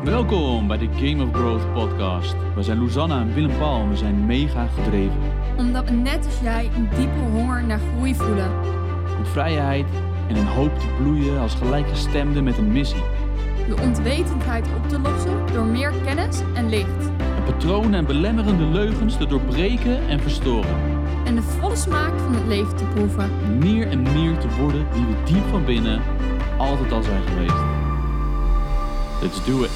Welkom bij de Game of Growth podcast. We zijn Luzanna en Willem Paul en we zijn mega gedreven. Omdat we net als jij een diepe honger naar groei voelen. Om vrijheid en een hoop te bloeien als gelijkgestemden met een missie. De onwetendheid op te lossen door meer kennis en licht. En patronen en belemmerende leugens te doorbreken en verstoren. En de volle smaak van het leven te proeven. Meer en meer te worden wie we diep van binnen altijd al zijn geweest. Let's do it.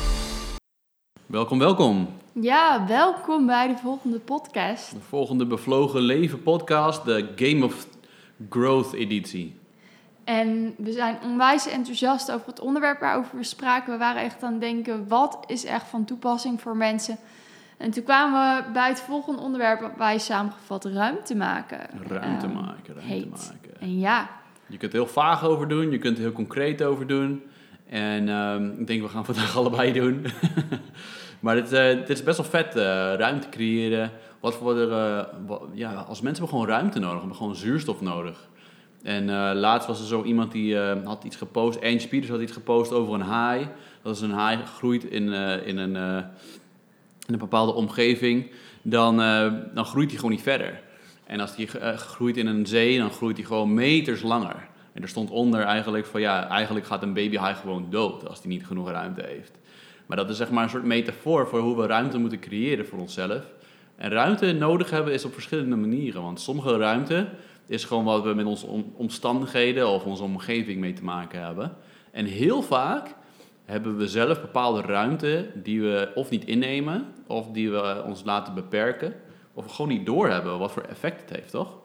Welkom. Ja, welkom bij de volgende podcast. De volgende Bevlogen Leven podcast, de Game of Growth editie. En we zijn onwijs enthousiast over het onderwerp waarover we spraken. We waren echt aan het denken, wat is echt van toepassing voor mensen? En toen kwamen we bij het volgende onderwerp wat wij samengevat ruimte maken. Ruimte maken. En ja. Je kunt er heel vaag over doen, je kunt er heel concreet over doen. En ik denk, we gaan vandaag allebei doen. Maar dit is best wel vet, ruimte creëren. Als mensen hebben gewoon ruimte nodig, hebben gewoon zuurstof nodig. En laatst was er zo iemand die had iets gepost, Ange Pieters had iets gepost over een haai. Dat is een haai groeit in een bepaalde omgeving, dan groeit hij gewoon niet verder. En als hij groeit in een zee, dan groeit hij gewoon meters langer. En er stond onder eigenlijk van eigenlijk gaat een babyhaai gewoon dood als hij niet genoeg ruimte heeft. Maar dat is zeg maar een soort metafoor voor hoe we ruimte moeten creëren voor onszelf. En ruimte nodig hebben is op verschillende manieren. Want sommige ruimte is gewoon wat we met onze omstandigheden of onze omgeving mee te maken hebben. En heel vaak hebben we zelf bepaalde ruimte die we of niet innemen, of die we ons laten beperken, of we gewoon niet doorhebben wat voor effect het heeft, toch?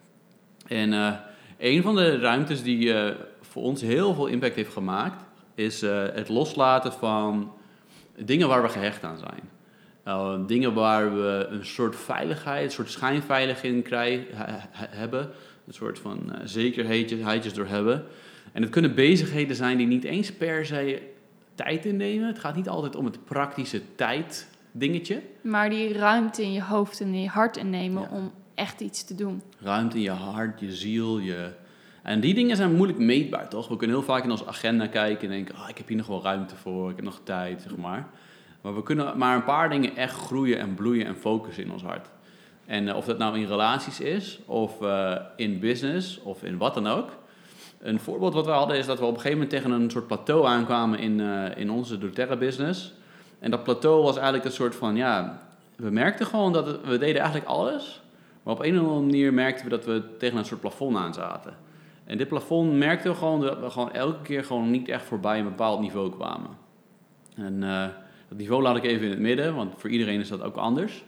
En een van de ruimtes die voor ons heel veel impact heeft gemaakt, is het loslaten van dingen waar we gehecht aan zijn. Dingen waar we een soort veiligheid, een soort schijnveiligheid hebben, een soort van zekerheidjes door hebben. En het kunnen bezigheden zijn die niet eens per se tijd innemen. Het gaat niet altijd om het praktische tijddingetje. Maar die ruimte in je hoofd en in je hart innemen om echt iets te doen. Ruimte in je hart, je ziel, En die dingen zijn moeilijk meetbaar, toch? We kunnen heel vaak in onze agenda kijken en denken, ik heb hier nog wel ruimte voor, ik heb nog tijd, zeg maar. Maar we kunnen maar een paar dingen echt groeien en bloeien en focussen in ons hart. En of dat nou in relaties is, of in business, of in wat dan ook. Een voorbeeld wat we hadden is dat we op een gegeven moment tegen een soort plateau aankwamen in onze doTERRA business. En dat plateau was eigenlijk een soort van, we merkten gewoon dat we deden eigenlijk alles. Maar op een of andere manier merkten we dat we tegen een soort plafond aan zaten. En dit plafond merkten we gewoon dat we gewoon elke keer gewoon niet echt voorbij een bepaald niveau kwamen. En dat niveau laat ik even in het midden, want voor iedereen is dat ook anders.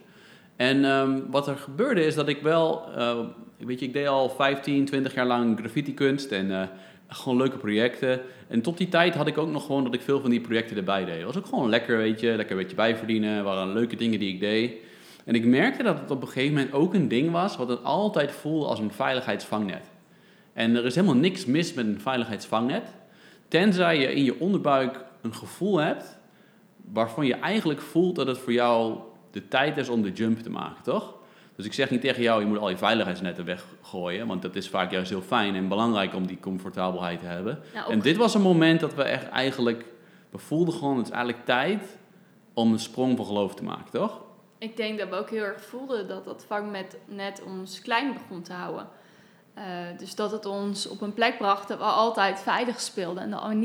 En wat er gebeurde is dat ik wel, ik deed al 15, 20 jaar lang graffiti-kunst en gewoon leuke projecten. En tot die tijd had ik ook nog gewoon dat ik veel van die projecten erbij deed. Het was ook gewoon lekker, lekker een beetje bijverdienen. Het waren leuke dingen die ik deed. En ik merkte dat het op een gegeven moment ook een ding was wat het altijd voelde als een veiligheidsvangnet. En er is helemaal niks mis met een veiligheidsvangnet, tenzij je in je onderbuik een gevoel hebt waarvan je eigenlijk voelt dat het voor jou de tijd is om de jump te maken, toch? Dus ik zeg niet tegen jou, je moet al je veiligheidsnetten weggooien, want dat is vaak juist heel fijn en belangrijk om die comfortabelheid te hebben. En dit was een moment dat we echt eigenlijk, we voelden gewoon, het is eigenlijk tijd om een sprong van geloof te maken, toch? Ik denk dat we ook heel erg voelden dat dat vangnet net ons klein begon te houden. Dus dat het ons op een plek bracht dat we altijd veilig speelden en dat we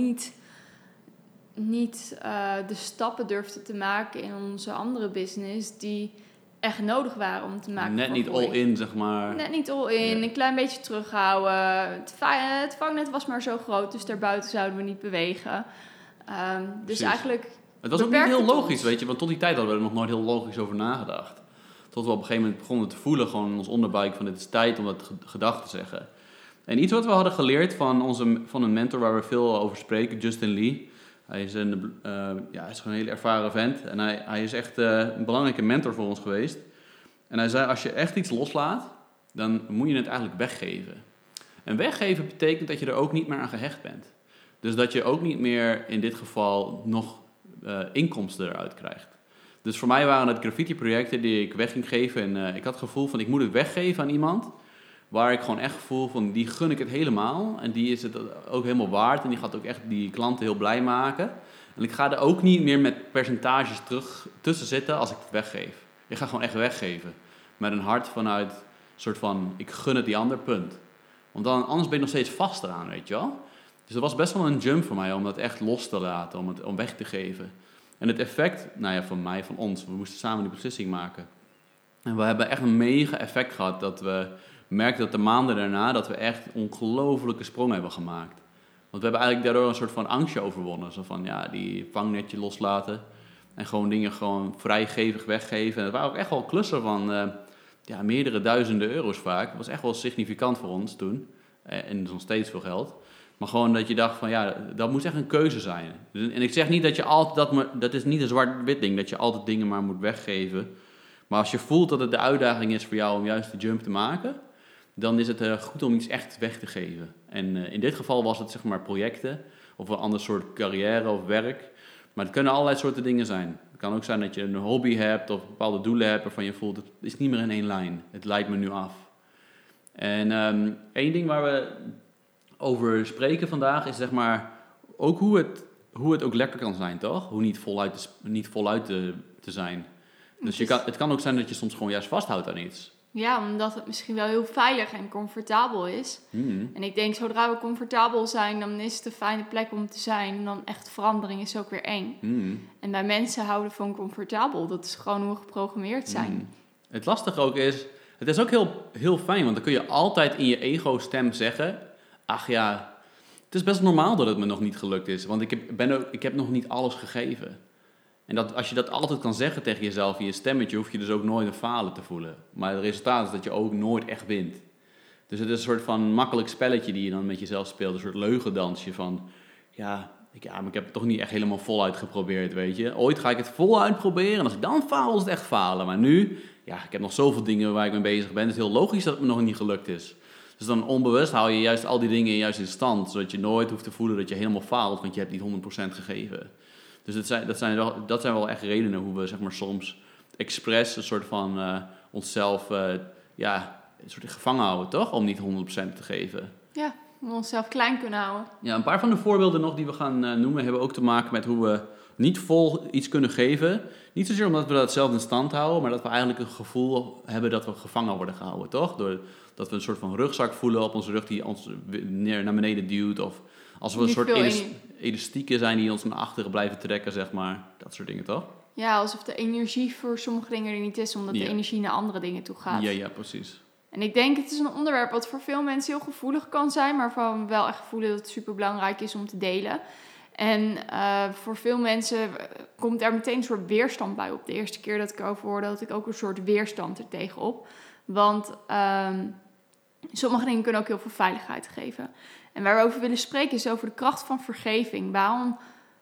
niet de stappen durfden te maken in onze andere business die echt nodig waren om te maken. Net niet all in, zeg maar. Net niet all in, een klein beetje terughouden. Het vangnet was maar zo groot, dus daarbuiten zouden we niet bewegen. Dus eigenlijk het was ook niet heel logisch, weet je, want tot die tijd hadden we er nog nooit heel logisch over nagedacht. Tot we op een gegeven moment begonnen te voelen, gewoon in ons onderbuik, van het is tijd om dat gedag te zeggen. En iets wat we hadden geleerd van een mentor waar we veel over spreken, Justin Lee. Hij is gewoon een hele ervaren vent. En hij is echt een belangrijke mentor voor ons geweest. En hij zei, als je echt iets loslaat, dan moet je het eigenlijk weggeven. En weggeven betekent dat je er ook niet meer aan gehecht bent. Dus dat je ook niet meer in dit geval nog inkomsten eruit krijgt. Dus voor mij waren het graffiti-projecten die ik weg ging geven. En ik had het gevoel van, ik moet het weggeven aan iemand waar ik gewoon echt gevoel van, die gun ik het helemaal. En die is het ook helemaal waard. En die gaat ook echt die klanten heel blij maken. En ik ga er ook niet meer met percentages terug tussen zitten als ik het weggeef. Ik ga gewoon echt weggeven. Met een hart vanuit een soort van, ik gun het die ander, punt. Want anders ben je nog steeds vast eraan, weet je wel. Dus dat was best wel een jump voor mij om dat echt los te laten, om weg te geven. En het effect, van mij, van ons, we moesten samen die beslissing maken. En we hebben echt een mega effect gehad dat we merkten dat de maanden daarna dat we echt ongelofelijke sprong hebben gemaakt. Want we hebben eigenlijk daardoor een soort van angstje overwonnen. Zo van, die vangnetje loslaten. En gewoon dingen gewoon vrijgevig weggeven. En het waren ook echt wel klussen van meerdere duizenden euro's vaak. Dat was echt wel significant voor ons toen. En dat is nog steeds veel geld. Maar gewoon dat je dacht van, dat moet echt een keuze zijn. En ik zeg niet dat je altijd, dat is niet een zwart-wit ding, dat je altijd dingen maar moet weggeven. Maar als je voelt dat het de uitdaging is voor jou om juist de jump te maken, dan is het goed om iets echt weg te geven. En in dit geval was het zeg maar projecten, of een ander soort carrière of werk. Maar het kunnen allerlei soorten dingen zijn. Het kan ook zijn dat je een hobby hebt of bepaalde doelen hebt waarvan je voelt, het is niet meer in één lijn. Het leidt me nu af. En één ding waar we over spreken vandaag is zeg maar ook hoe het ook lekker kan zijn, toch? Hoe niet voluit te zijn. Dus het kan ook zijn dat je soms gewoon juist vasthoudt aan iets. Ja, omdat het misschien wel heel veilig en comfortabel is. En ik denk, zodra we comfortabel zijn, dan is het een fijne plek om te zijn. En dan echt verandering is ook weer eng. En bij mensen houden van comfortabel. Dat is gewoon hoe we geprogrammeerd zijn. Het lastige ook is, het is ook heel, heel fijn, want dan kun je altijd in je ego-stem zeggen, ach ja, het is best normaal dat het me nog niet gelukt is. Want ik heb nog niet alles gegeven. En als je dat altijd kan zeggen tegen jezelf in je stemmetje, hoef je dus ook nooit een falen te voelen. Maar het resultaat is dat je ook nooit echt wint. Dus het is een soort van makkelijk spelletje die je dan met jezelf speelt. Een soort leugendansje van, maar ik heb het toch niet echt helemaal voluit geprobeerd, weet je. Ooit ga ik het voluit proberen en als ik dan faal, is het echt falen. Maar nu, ik heb nog zoveel dingen waar ik mee bezig ben. Het is heel logisch dat het me nog niet gelukt is. Dus dan onbewust hou je juist al die dingen juist in stand, zodat je nooit hoeft te voelen dat je helemaal faalt, want je hebt niet 100% gegeven. Dus dat zijn wel echt redenen hoe we zeg maar soms expres een soort van onszelf een soort gevangen houden, toch? Om niet 100% te geven. Ja, om onszelf klein kunnen houden. Ja, een paar van de voorbeelden nog die we gaan noemen hebben ook te maken met hoe we niet vol iets kunnen geven. Niet zozeer omdat we dat zelf in stand houden, maar dat we eigenlijk een gevoel hebben dat we gevangen worden gehouden, toch? Doordat we een soort van rugzak voelen op onze rug die ons naar beneden duwt. Of als we een soort elastieken zijn die ons naar achteren blijven trekken, zeg maar. Dat soort dingen, toch? Ja, alsof de energie voor sommige dingen er niet is, omdat de energie naar andere dingen toe gaat. Ja, precies. En ik denk, het is een onderwerp wat voor veel mensen heel gevoelig kan zijn, maar waarvan we wel echt voelen dat het superbelangrijk is om te delen. En voor veel mensen komt er meteen een soort weerstand bij op. De eerste keer dat ik erover hoorde, had ik ook een soort weerstand er tegenop. Want sommige dingen kunnen ook heel veel veiligheid geven. En waar we over willen spreken is over de kracht van vergeving. Waarom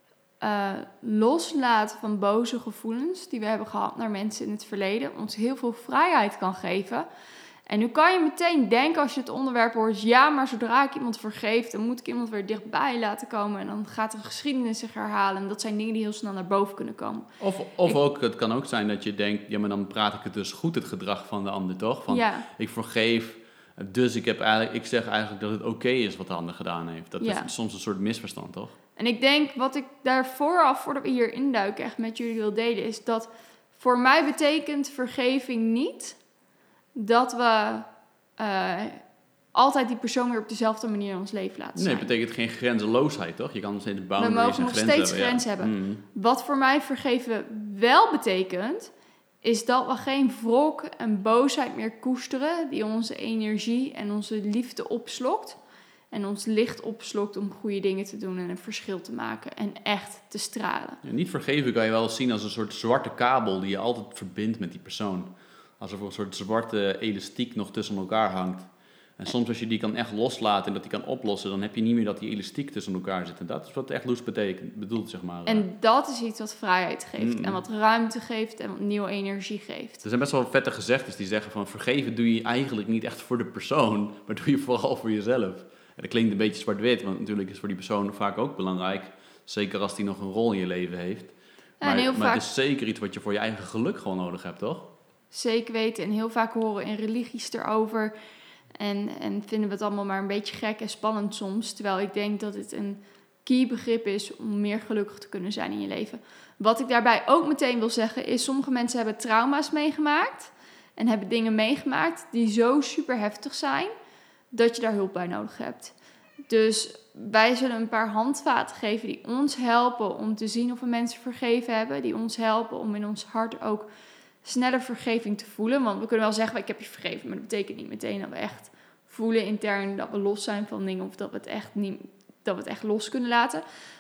loslaten van boze gevoelens die we hebben gehad naar mensen in het verleden ons heel veel vrijheid kan geven. En nu kan je meteen denken als je het onderwerp hoort, maar zodra ik iemand vergeef, dan moet ik iemand weer dichtbij laten komen. En dan gaat de geschiedenis zich herhalen. En dat zijn dingen die heel snel naar boven kunnen komen. Het kan ook zijn dat je denkt, maar dan praat ik het dus goed, het gedrag van de ander, toch? Van, ik vergeef, dus ik zeg eigenlijk dat het oké is wat de ander gedaan heeft. Dat is soms een soort misverstand, toch? En ik denk, wat ik daar voordat we hier induiken, echt met jullie wil delen, is dat voor mij betekent vergeving niet dat we altijd die persoon weer op dezelfde manier in ons leven laten zijn. Nee, het betekent geen grenzeloosheid, toch? Je kan nog steeds boundaries en grenzen hebben. We mogen nog steeds grenzen hebben. Wat voor mij vergeven wel betekent, is dat we geen wrok en boosheid meer koesteren die onze energie en onze liefde opslokt. En ons licht opslokt om goede dingen te doen en een verschil te maken. En echt te stralen. Ja, niet vergeven kan je wel zien als een soort zwarte kabel die je altijd verbindt met die persoon. Alsof er een soort zwarte elastiek nog tussen elkaar hangt. En soms als je die kan echt loslaten en dat die kan oplossen, dan heb je niet meer dat die elastiek tussen elkaar zit. En dat is wat echt loes bedoelt, zeg maar. En dat is iets wat vrijheid geeft. En wat ruimte geeft en wat nieuwe energie geeft. Er zijn best wel vette gezegdes die zeggen van vergeven doe je eigenlijk niet echt voor de persoon, maar doe je vooral voor jezelf. En dat klinkt een beetje zwart-wit, want natuurlijk is voor die persoon vaak ook belangrijk. Zeker als die nog een rol in je leven heeft. Maar het is zeker iets wat je voor je eigen geluk gewoon nodig hebt, toch? Zeker weten. En heel vaak horen in religies erover. En vinden we het allemaal maar een beetje gek en spannend soms. Terwijl ik denk dat het een key begrip is om meer gelukkig te kunnen zijn in je leven. Wat ik daarbij ook meteen wil zeggen is, sommige mensen hebben trauma's meegemaakt en hebben dingen meegemaakt die zo super heftig zijn dat je daar hulp bij nodig hebt. Dus wij zullen een paar handvaten geven die ons helpen om te zien of we mensen vergeven hebben. Die ons helpen om in ons hart ook sneller vergeving te voelen. Want we kunnen wel zeggen, ik heb je vergeven, maar dat betekent niet meteen dat we echt voelen intern dat we los zijn van dingen of dat we het echt los kunnen laten.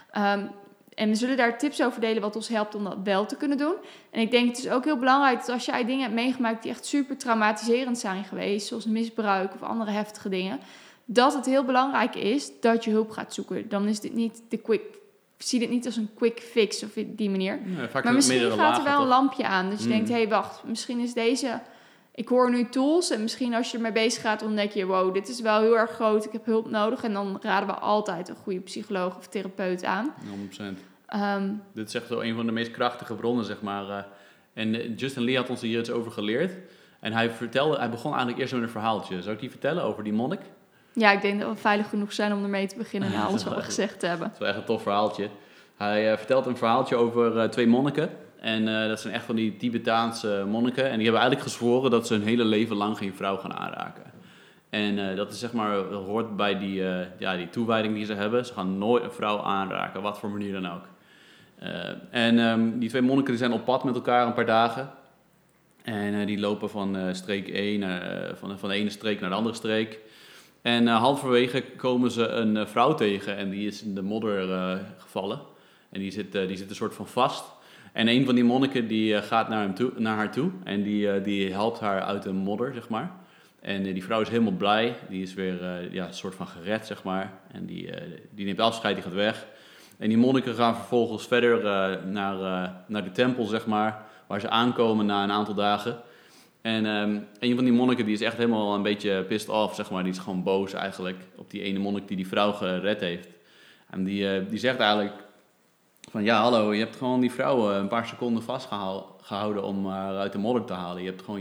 En we zullen daar tips over delen wat ons helpt om dat wel te kunnen doen. En ik denk het is ook heel belangrijk dat als jij dingen hebt meegemaakt die echt super traumatiserend zijn geweest, zoals misbruik of andere heftige dingen, dat het heel belangrijk is dat je hulp gaat zoeken. Dan is dit niet zie dit niet als een quick fix of op die manier. Ja, maar misschien gaat er wel een lampje aan. Dus je denkt, hé, wacht, misschien is deze... Ik hoor nu tools en misschien als je ermee bezig gaat ontdek je, wow, dit is wel heel erg groot, ik heb hulp nodig. En dan raden we altijd een goede psycholoog of therapeut aan. 100%. Dit is echt zo een van de meest krachtige bronnen, zeg maar. En Justin Lee had ons hier iets over geleerd. En hij begon eigenlijk eerst met een verhaaltje. Zou ik die vertellen over die monnik? Ja, ik denk dat we veilig genoeg zijn om ermee te beginnen na alles wat we gezegd hebben. Het is wel echt een tof verhaaltje. Hij vertelt een verhaaltje over 2 monniken. En dat zijn echt van die Tibetaanse monniken. En die hebben eigenlijk gezworen dat ze hun hele leven lang geen vrouw gaan aanraken. En dat is zeg maar, hoort bij die toewijding die ze hebben. Ze gaan nooit een vrouw aanraken, wat voor manier dan ook. Die 2 monniken die zijn op pad met elkaar een paar dagen. En die lopen van streek 1 van de ene streek naar de andere streek. En halverwege komen ze een vrouw tegen en die is in de modder gevallen. En die zit een soort van vast. En een van die monniken die gaat naar haar toe en die helpt haar uit de modder, zeg maar. En die vrouw is helemaal blij. Die is weer een soort van gered, zeg maar. En die neemt afscheid, die gaat weg. En die monniken gaan vervolgens verder naar de tempel, zeg maar, waar ze aankomen na een aantal dagen. En een van die monniken die is echt helemaal een beetje pissed off, zeg maar. Die is gewoon boos eigenlijk op die ene monnik die vrouw gered heeft. En die zegt eigenlijk van, ja, hallo, je hebt gewoon die vrouw een paar seconden vastgehouden om haar uit de modder te halen. Je hebt gewoon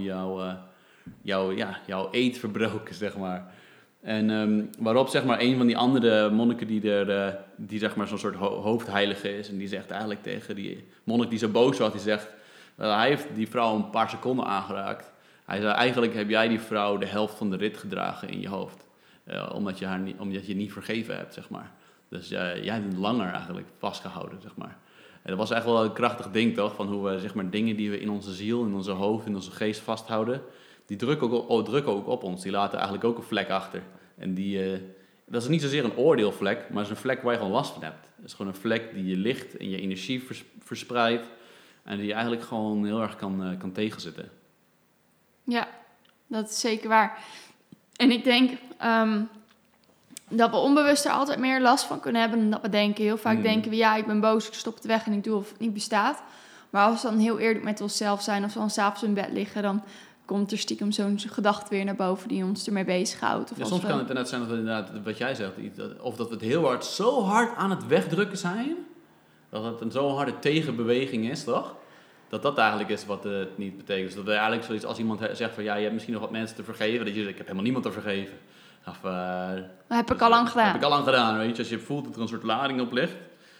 jouw eed verbroken, zeg maar. En waarop, zeg maar, een van die andere monniken die zeg maar zo'n soort hoofdheilige is, en die zegt eigenlijk tegen die monnik die zo boos was, die zegt, hij heeft die vrouw een paar seconden aangeraakt. Hij zei, eigenlijk heb jij die vrouw de helft van de rit gedragen in je hoofd. Omdat je niet vergeven hebt, zeg maar. Dus jij hebt hem langer eigenlijk vastgehouden, zeg maar. En dat was echt wel een krachtig ding, toch? Van hoe we, zeg maar, dingen die we in onze ziel, in onze hoofd, in onze geest vasthouden, die drukken ook op ons. Die laten eigenlijk ook een vlek achter. En dat is niet zozeer een oordeelvlek, maar het is een vlek waar je gewoon last van hebt. Het is gewoon een vlek die je licht en je energie verspreidt. En die je eigenlijk gewoon heel erg kan tegenzitten. Ja, dat is zeker waar. En ik denk dat we onbewust er altijd meer last van kunnen hebben dan dat we denken. Heel vaak denken we, ja, ik ben boos, ik stop het weg en ik doe of het niet bestaat. Maar als we dan heel eerlijk met onszelf zijn, als we dan 's avonds in bed liggen, dan komt er stiekem zo'n gedachte weer naar boven die ons ermee bezighoudt. Ja, soms kan het inderdaad zijn dat we inderdaad, wat jij zegt, of dat we het heel hard, zo hard aan het wegdrukken zijn, dat het een zo'n harde tegenbeweging is, toch? Dat eigenlijk is wat het niet betekent. Dus dat we eigenlijk zoiets, als iemand zegt van, ja, je hebt misschien nog wat mensen te vergeven, dat je zegt, ik heb helemaal niemand te vergeven. Of, dat heb ik al lang gedaan. Heb ik al lang gedaan, weet je. Als je voelt dat er een soort lading op ligt,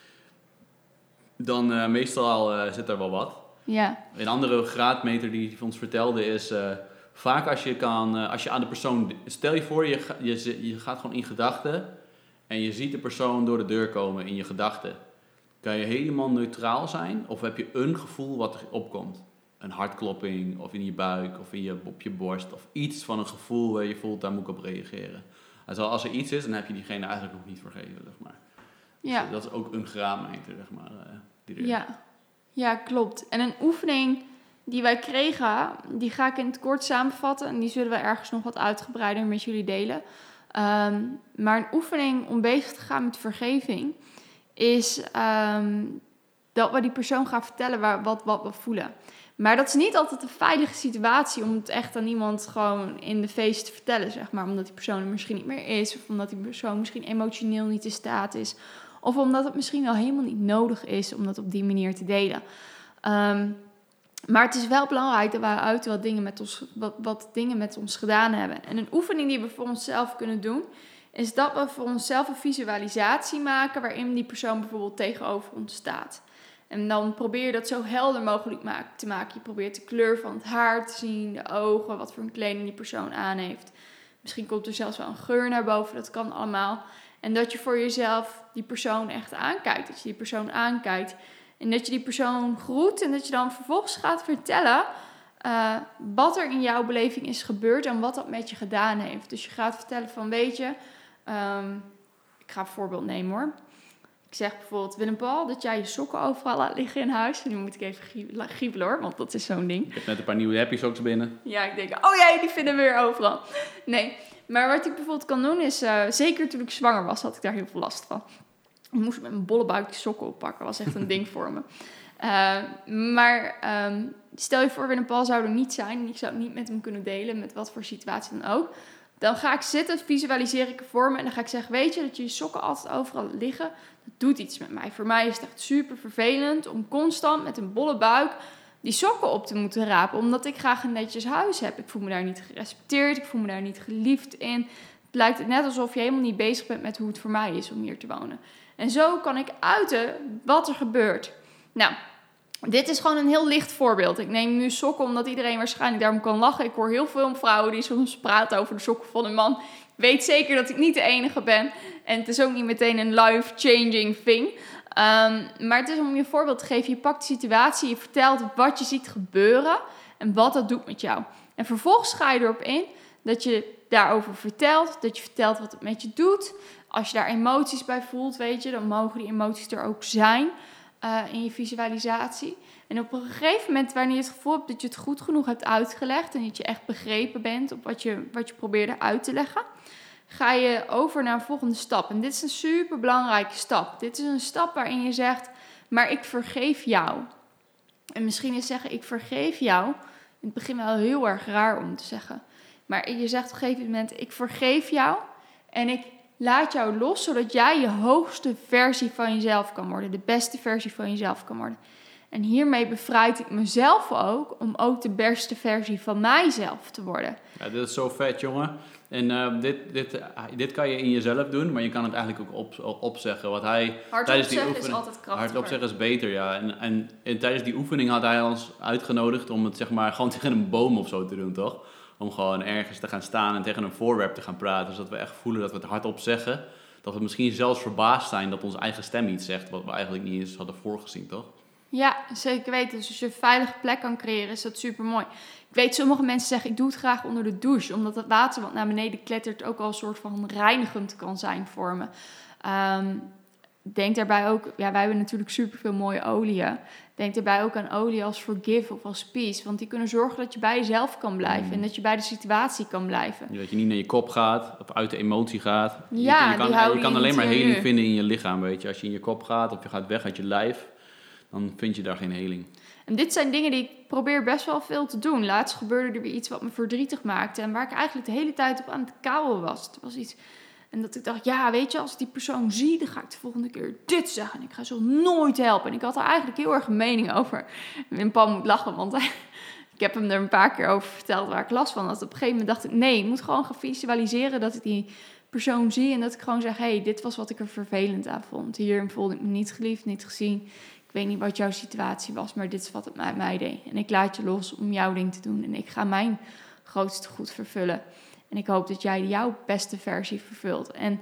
dan meestal zit er wel wat. Ja. Een andere graadmeter die ons vertelde is, vaak als je aan de persoon, stel je voor je gaat gewoon in gedachten en je ziet de persoon door de deur komen in je gedachten. Kan je helemaal neutraal zijn of heb je een gevoel wat er opkomt? Een hartklopping of in je buik of op je borst of iets van een gevoel waar je voelt, daar moet ik op reageren. Dus als er iets is, dan heb je diegene eigenlijk nog niet vergeven, zeg maar. Ja. Dus dat is ook een graadmeter, zeg maar. Ja, klopt. En een oefening die wij kregen, die ga ik in het kort samenvatten. En die zullen we ergens nog wat uitgebreider met jullie delen. Maar een oefening om bezig te gaan met vergeving is dat we die persoon gaan vertellen wat we voelen. Maar dat is niet altijd een veilige situatie om het echt aan iemand gewoon in de face te vertellen, zeg maar. Omdat die persoon er misschien niet meer is. Of omdat die persoon misschien emotioneel niet in staat is. Of omdat het misschien wel helemaal niet nodig is om dat op die manier te delen. Maar het is wel belangrijk dat wij uiten wat dingen met ons gedaan hebben. En een oefening die we voor onszelf kunnen doen, is dat we voor onszelf een visualisatie maken waarin die persoon bijvoorbeeld tegenover ons staat. En dan probeer je dat zo helder mogelijk te maken. Je probeert de kleur van het haar te zien, de ogen, wat voor een kleding die persoon aan heeft. Misschien komt er zelfs wel een geur naar boven, dat kan allemaal. En dat je voor jezelf die persoon echt aankijkt. Dat je die persoon aankijkt. En dat je die persoon groet en dat je dan vervolgens gaat vertellen wat er in jouw beleving is gebeurd en wat dat met je gedaan heeft. Dus je gaat vertellen van, weet je, ik ga een voorbeeld nemen hoor. Ik zeg bijvoorbeeld, Willem-Paul, dat jij je sokken overal laat liggen in huis. En nu moet ik even giebelen hoor, want dat is zo'n ding. Ik heb net een paar nieuwe happy socks binnen. Ja, ik denk, oh jee, die vinden we weer overal. Nee, maar wat ik bijvoorbeeld kan doen is, zeker toen ik zwanger was, had ik daar heel veel last van. Ik moest met mijn bolle buik die sokken oppakken, was echt een ding voor me. Maar stel je voor, Willem-Paul zou er niet zijn en ik zou het niet met hem kunnen delen, met wat voor situatie dan ook. Dan ga ik zitten, visualiseer ik er voor me en dan ga ik zeggen, weet je, dat je sokken altijd overal liggen, dat doet iets met mij. Voor mij is het echt super vervelend om constant met een bolle buik die sokken op te moeten rapen, omdat ik graag een netjes huis heb. Ik voel me daar niet gerespecteerd, ik voel me daar niet geliefd in. Het lijkt net alsof je helemaal niet bezig bent met hoe het voor mij is om hier te wonen. En zo kan ik uiten wat er gebeurt. Nou, dit is gewoon een heel licht voorbeeld. Ik neem nu sokken omdat iedereen waarschijnlijk daarom kan lachen. Ik hoor heel veel vrouwen die soms praten over de sokken van een man. Ik weet zeker dat ik niet de enige ben. En het is ook niet meteen een life-changing thing. Maar het is om je een voorbeeld te geven. Je pakt de situatie, je vertelt wat je ziet gebeuren en wat dat doet met jou. En vervolgens ga je erop in dat je daarover vertelt. Dat je vertelt wat het met je doet. Als je daar emoties bij voelt, weet je, dan mogen die emoties er ook zijn in je visualisatie. En op een gegeven moment, wanneer je het gevoel hebt dat je het goed genoeg hebt uitgelegd en dat je echt begrepen bent op wat je probeerde uit te leggen, ga je over naar een volgende stap. En dit is een super belangrijke stap. Dit is een stap waarin je zegt, maar ik vergeef jou. En misschien is zeggen, ik vergeef jou, in het begin wel heel erg raar om te zeggen. Maar je zegt op een gegeven moment, ik vergeef jou en ik laat jou los, zodat jij je hoogste versie van jezelf kan worden. De beste versie van jezelf kan worden. En hiermee bevrijd ik mezelf ook om ook de beste versie van mijzelf te worden. Ja, dit is zo vet, jongen. En dit kan je in jezelf doen, maar je kan het eigenlijk ook opzeggen. Wat hij Hardop zeggen is altijd krachtiger. Hardop zeggen is beter, ja. En tijdens die oefening had hij ons uitgenodigd om het zeg maar gewoon tegen een boom of zo te doen, toch? Om gewoon ergens te gaan staan en tegen een voorwerp te gaan praten. Zodat we echt voelen dat we het hardop zeggen. Dat we misschien zelfs verbaasd zijn dat onze eigen stem iets zegt wat we eigenlijk niet eens hadden voorgezien, toch? Ja, zeker weten. Dus als je een veilige plek kan creëren, is dat super mooi. Ik weet, sommige mensen zeggen, ik doe het graag onder de douche. Omdat het water wat naar beneden klettert ook al een soort van reinigend kan zijn voor me. Denk daarbij ook, ja, wij hebben natuurlijk superveel mooie oliën. Denk daarbij ook aan olie als Forgive of als Peace. Want die kunnen zorgen dat je bij jezelf kan blijven. En dat je bij de situatie kan blijven. Ja, dat je niet naar je kop gaat, of uit de emotie gaat. Ja, je kan alleen maar heling vinden in je lichaam, weet je. Als je in je kop gaat of je gaat weg uit je lijf, dan vind je daar geen heling. En dit zijn dingen die ik probeer best wel veel te doen. Laatst gebeurde er weer iets wat me verdrietig maakte. En waar ik eigenlijk de hele tijd op aan het kauwen was. Het was iets. En dat ik dacht, ja, weet je, als ik die persoon zie, dan ga ik de volgende keer dit zeggen. En ik ga ze nooit helpen. En ik had er eigenlijk heel erg een mening over. En Paul moet lachen, want ik heb hem er een paar keer over verteld waar ik last van had. Op een gegeven moment dacht ik, nee, ik moet gewoon gaan visualiseren dat ik die persoon zie. En dat ik gewoon zeg, hey, dit was wat ik er vervelend aan vond. Hier voelde ik me niet geliefd, niet gezien. Ik weet niet wat jouw situatie was, maar dit is wat het met mij deed. En ik laat je los om jouw ding te doen. En ik ga mijn grootste goed vervullen. En ik hoop dat jij jouw beste versie vervult. En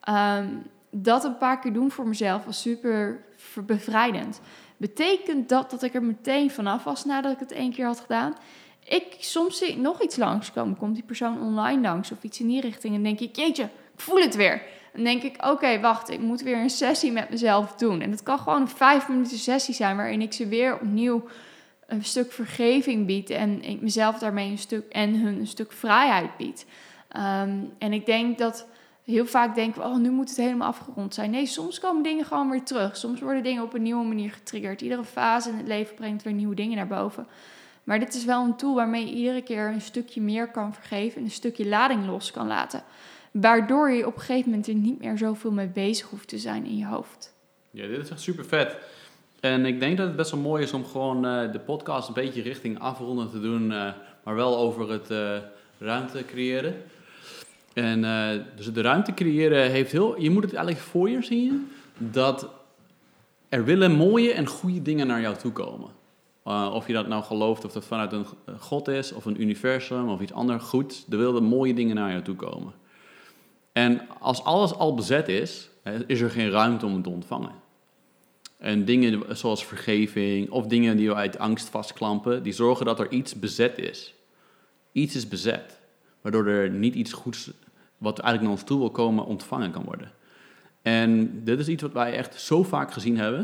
dat een paar keer doen voor mezelf was super bevrijdend. Betekent dat ik er meteen vanaf was nadat ik het 1 keer had gedaan? Soms zie ik nog iets langskomen. Komt die persoon online langs of iets in die richting. En denk ik, jeetje, ik voel het weer. Dan denk ik, oké, wacht, ik moet weer een sessie met mezelf doen. En dat kan gewoon een 5 minuten sessie zijn waarin ik ze weer opnieuw een stuk vergeving bied en ik mezelf daarmee hun een stuk vrijheid bied. En ik denk dat heel vaak denken we, oh, nu moet het helemaal afgerond zijn. Nee, soms komen dingen gewoon weer terug. Soms worden dingen op een nieuwe manier getriggerd. Iedere fase in het leven brengt weer nieuwe dingen naar boven. Maar dit is wel een tool waarmee je iedere keer een stukje meer kan vergeven en een stukje lading los kan laten. Waardoor je op een gegeven moment er niet meer zoveel mee bezig hoeft te zijn in je hoofd. Ja, dit is echt super vet. En ik denk dat het best wel mooi is om gewoon de podcast een beetje richting afronden te doen, maar wel over het ruimte creëren. En dus de ruimte creëren heeft je moet het eigenlijk voor je zien dat er willen mooie en goede dingen naar jou toe komen. Of je dat nou gelooft, of dat vanuit een God is, of een universum, of iets anders goed. Er willen mooie dingen naar jou toe komen. En als alles al bezet is er geen ruimte om het te ontvangen. En dingen zoals vergeving, of dingen die we uit angst vastklampen, die zorgen dat er iets bezet is. Iets is bezet, waardoor er niet iets goeds, wat eigenlijk naar ons toe wil komen, ontvangen kan worden. En dit is iets wat wij echt zo vaak gezien hebben.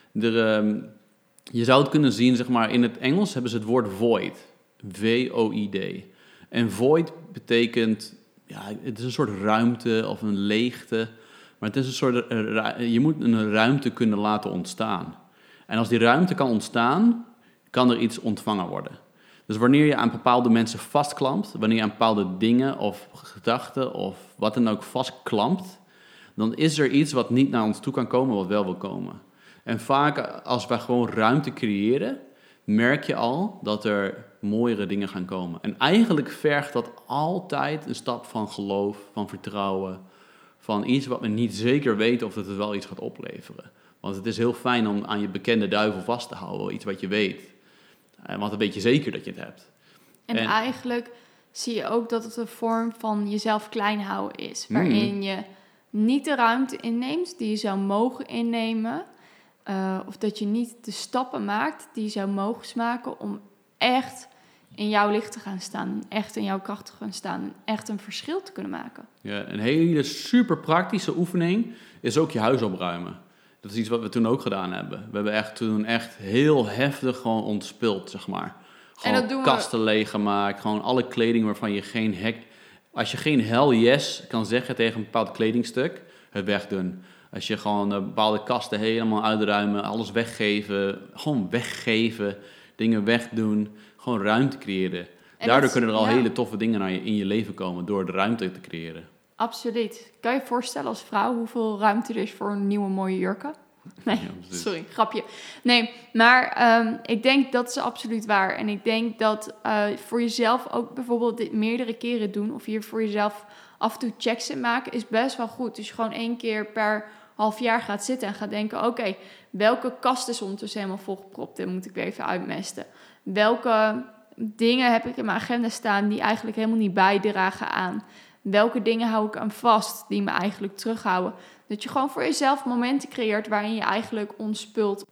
Je zou het kunnen zien, zeg maar, in het Engels hebben ze het woord void. V-O-I-D. En void betekent, het is een soort ruimte of een leegte. Maar het is een soort, je moet een ruimte kunnen laten ontstaan. En als die ruimte kan ontstaan, kan er iets ontvangen worden. Dus wanneer je aan bepaalde mensen vastklampt, wanneer je aan bepaalde dingen of gedachten of wat dan ook vastklampt, dan is er iets wat niet naar ons toe kan komen, wat wel wil komen. En vaak als wij gewoon ruimte creëren, merk je al dat er mooiere dingen gaan komen. En eigenlijk vergt dat altijd een stap van geloof, van vertrouwen, van iets wat we niet zeker weten of dat het wel iets gaat opleveren. Want het is heel fijn om aan je bekende duivel vast te houden, iets wat je weet. Want dan weet je zeker dat je het hebt. En eigenlijk zie je ook dat het een vorm van jezelf klein houden is. Waarin je niet de ruimte inneemt die je zou mogen innemen. Of dat je niet de stappen maakt die je zou mogen maken om echt in jouw licht te gaan staan. Echt in jouw kracht te gaan staan. Echt een verschil te kunnen maken. Ja, een hele super praktische oefening is ook je huis opruimen. Dat is iets wat we toen ook gedaan hebben. We hebben toen echt heel heftig gewoon ontspild, zeg maar. Gewoon kasten leeggemaakt. Gewoon alle kleding waarvan je als je geen hell yes kan zeggen tegen een bepaald kledingstuk, het wegdoen. Als je gewoon bepaalde kasten helemaal uitruimen, alles weggeven. Gewoon weggeven, dingen wegdoen. Gewoon ruimte creëren. En daardoor kunnen er al hele toffe dingen in je leven komen door de ruimte te creëren. Absoluut. Kan je je voorstellen als vrouw hoeveel ruimte er is voor een nieuwe mooie jurken? Nee, sorry, grapje. Nee, maar ik denk dat is absoluut waar. En ik denk dat voor jezelf ook bijvoorbeeld dit meerdere keren doen, of hier voor jezelf af en toe checks in maken, is best wel goed. Dus je gewoon 1 keer per half jaar gaat zitten en gaat denken, oké, welke kast is ondertussen helemaal volgepropt en moet ik weer even uitmesten? Welke dingen heb ik in mijn agenda staan die eigenlijk helemaal niet bijdragen aan? Welke dingen hou ik aan vast die me eigenlijk terughouden? Dat je gewoon voor jezelf momenten creëert waarin je eigenlijk ontspult.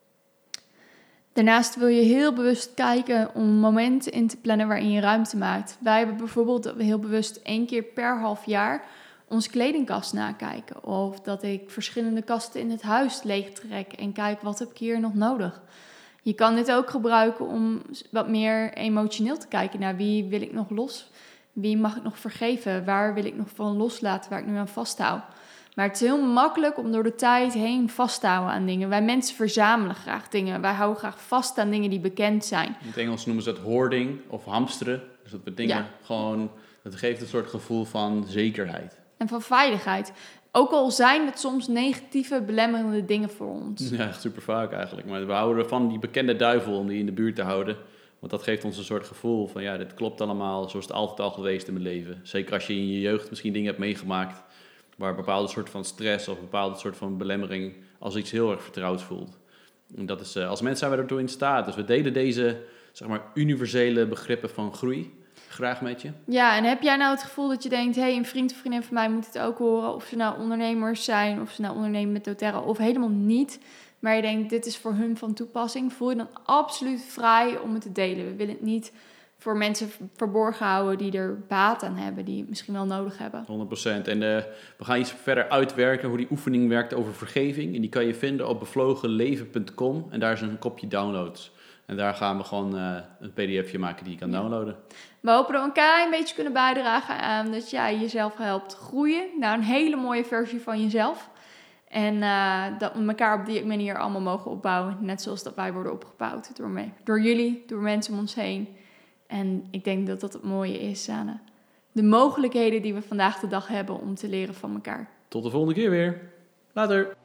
Daarnaast wil je heel bewust kijken om momenten in te plannen waarin je ruimte maakt. Wij hebben bijvoorbeeld dat we heel bewust 1 keer per half jaar onze kledingkast nakijken. Of dat ik verschillende kasten in het huis leegtrek en kijk wat heb ik hier nog nodig. Je kan dit ook gebruiken om wat meer emotioneel te kijken naar wie wil ik nog los. Wie mag ik nog vergeven? Waar wil ik nog van loslaten, waar ik nu aan vasthoud? Maar het is heel makkelijk om door de tijd heen vast te houden aan dingen. Wij mensen verzamelen graag dingen. Wij houden graag vast aan dingen die bekend zijn. In het Engels noemen ze dat hoarding of hamsteren. Dus dat we dingen gewoon, dat geeft een soort gevoel van zekerheid. En van veiligheid. Ook al zijn het soms negatieve, belemmerende dingen voor ons. Ja, super vaak eigenlijk. Maar we houden ervan die bekende duivel om die in de buurt te houden. Want dat geeft ons een soort gevoel van, ja, dit klopt allemaal zoals het altijd al geweest in mijn leven. Zeker als je in je jeugd misschien dingen hebt meegemaakt waar een bepaalde soort van stress of een bepaalde soort van belemmering als iets heel erg vertrouwd voelt. En dat is, als mens zijn we ertoe in staat. Dus we delen deze, zeg maar, universele begrippen van groei graag met je. Ja, en heb jij nou het gevoel dat je denkt, hey, een vriend of vriendin van mij moet het ook horen, of ze nou ondernemers zijn, of ze nou ondernemen met doTERRA, of helemaal niet, maar je denkt, dit is voor hun van toepassing, voel je dan absoluut vrij om het te delen. We willen het niet voor mensen verborgen houden die er baat aan hebben, die het misschien wel nodig hebben. 100%. En we gaan iets verder uitwerken hoe die oefening werkt over vergeving. En die kan je vinden op bevlogenleven.com. En daar is een kopje downloads. En daar gaan we gewoon een pdfje maken die je kan downloaden. We hopen dat we een klein beetje kunnen bijdragen aan dat jij jezelf helpt groeien naar een hele mooie versie van jezelf. En dat we elkaar op die manier allemaal mogen opbouwen. Net zoals dat wij worden opgebouwd door jullie, door mensen om ons heen. En ik denk dat dat het mooie is aan de mogelijkheden die we vandaag de dag hebben om te leren van elkaar. Tot de volgende keer weer. Later.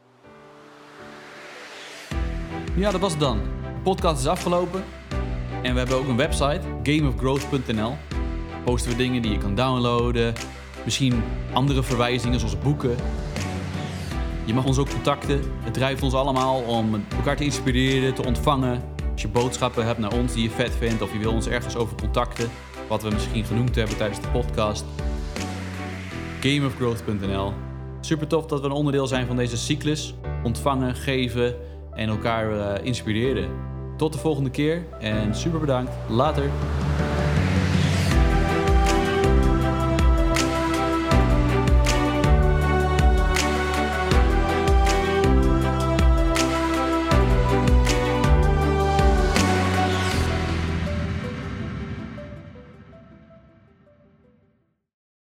Ja, dat was het dan. De podcast is afgelopen. En we hebben ook een website, gameofgrowth.nl. Posten we dingen die je kan downloaden. misschien andere verwijzingen zoals boeken. Je mag ons ook contacten. Het drijft ons allemaal om elkaar te inspireren, te ontvangen. Als je boodschappen hebt naar ons die je vet vindt of je wil ons ergens over contacten, wat we misschien genoemd hebben tijdens de podcast. gameofgrowth.nl. Super tof dat we een onderdeel zijn van deze cyclus. Ontvangen, geven en elkaar inspireren. Tot de volgende keer en super bedankt. Later.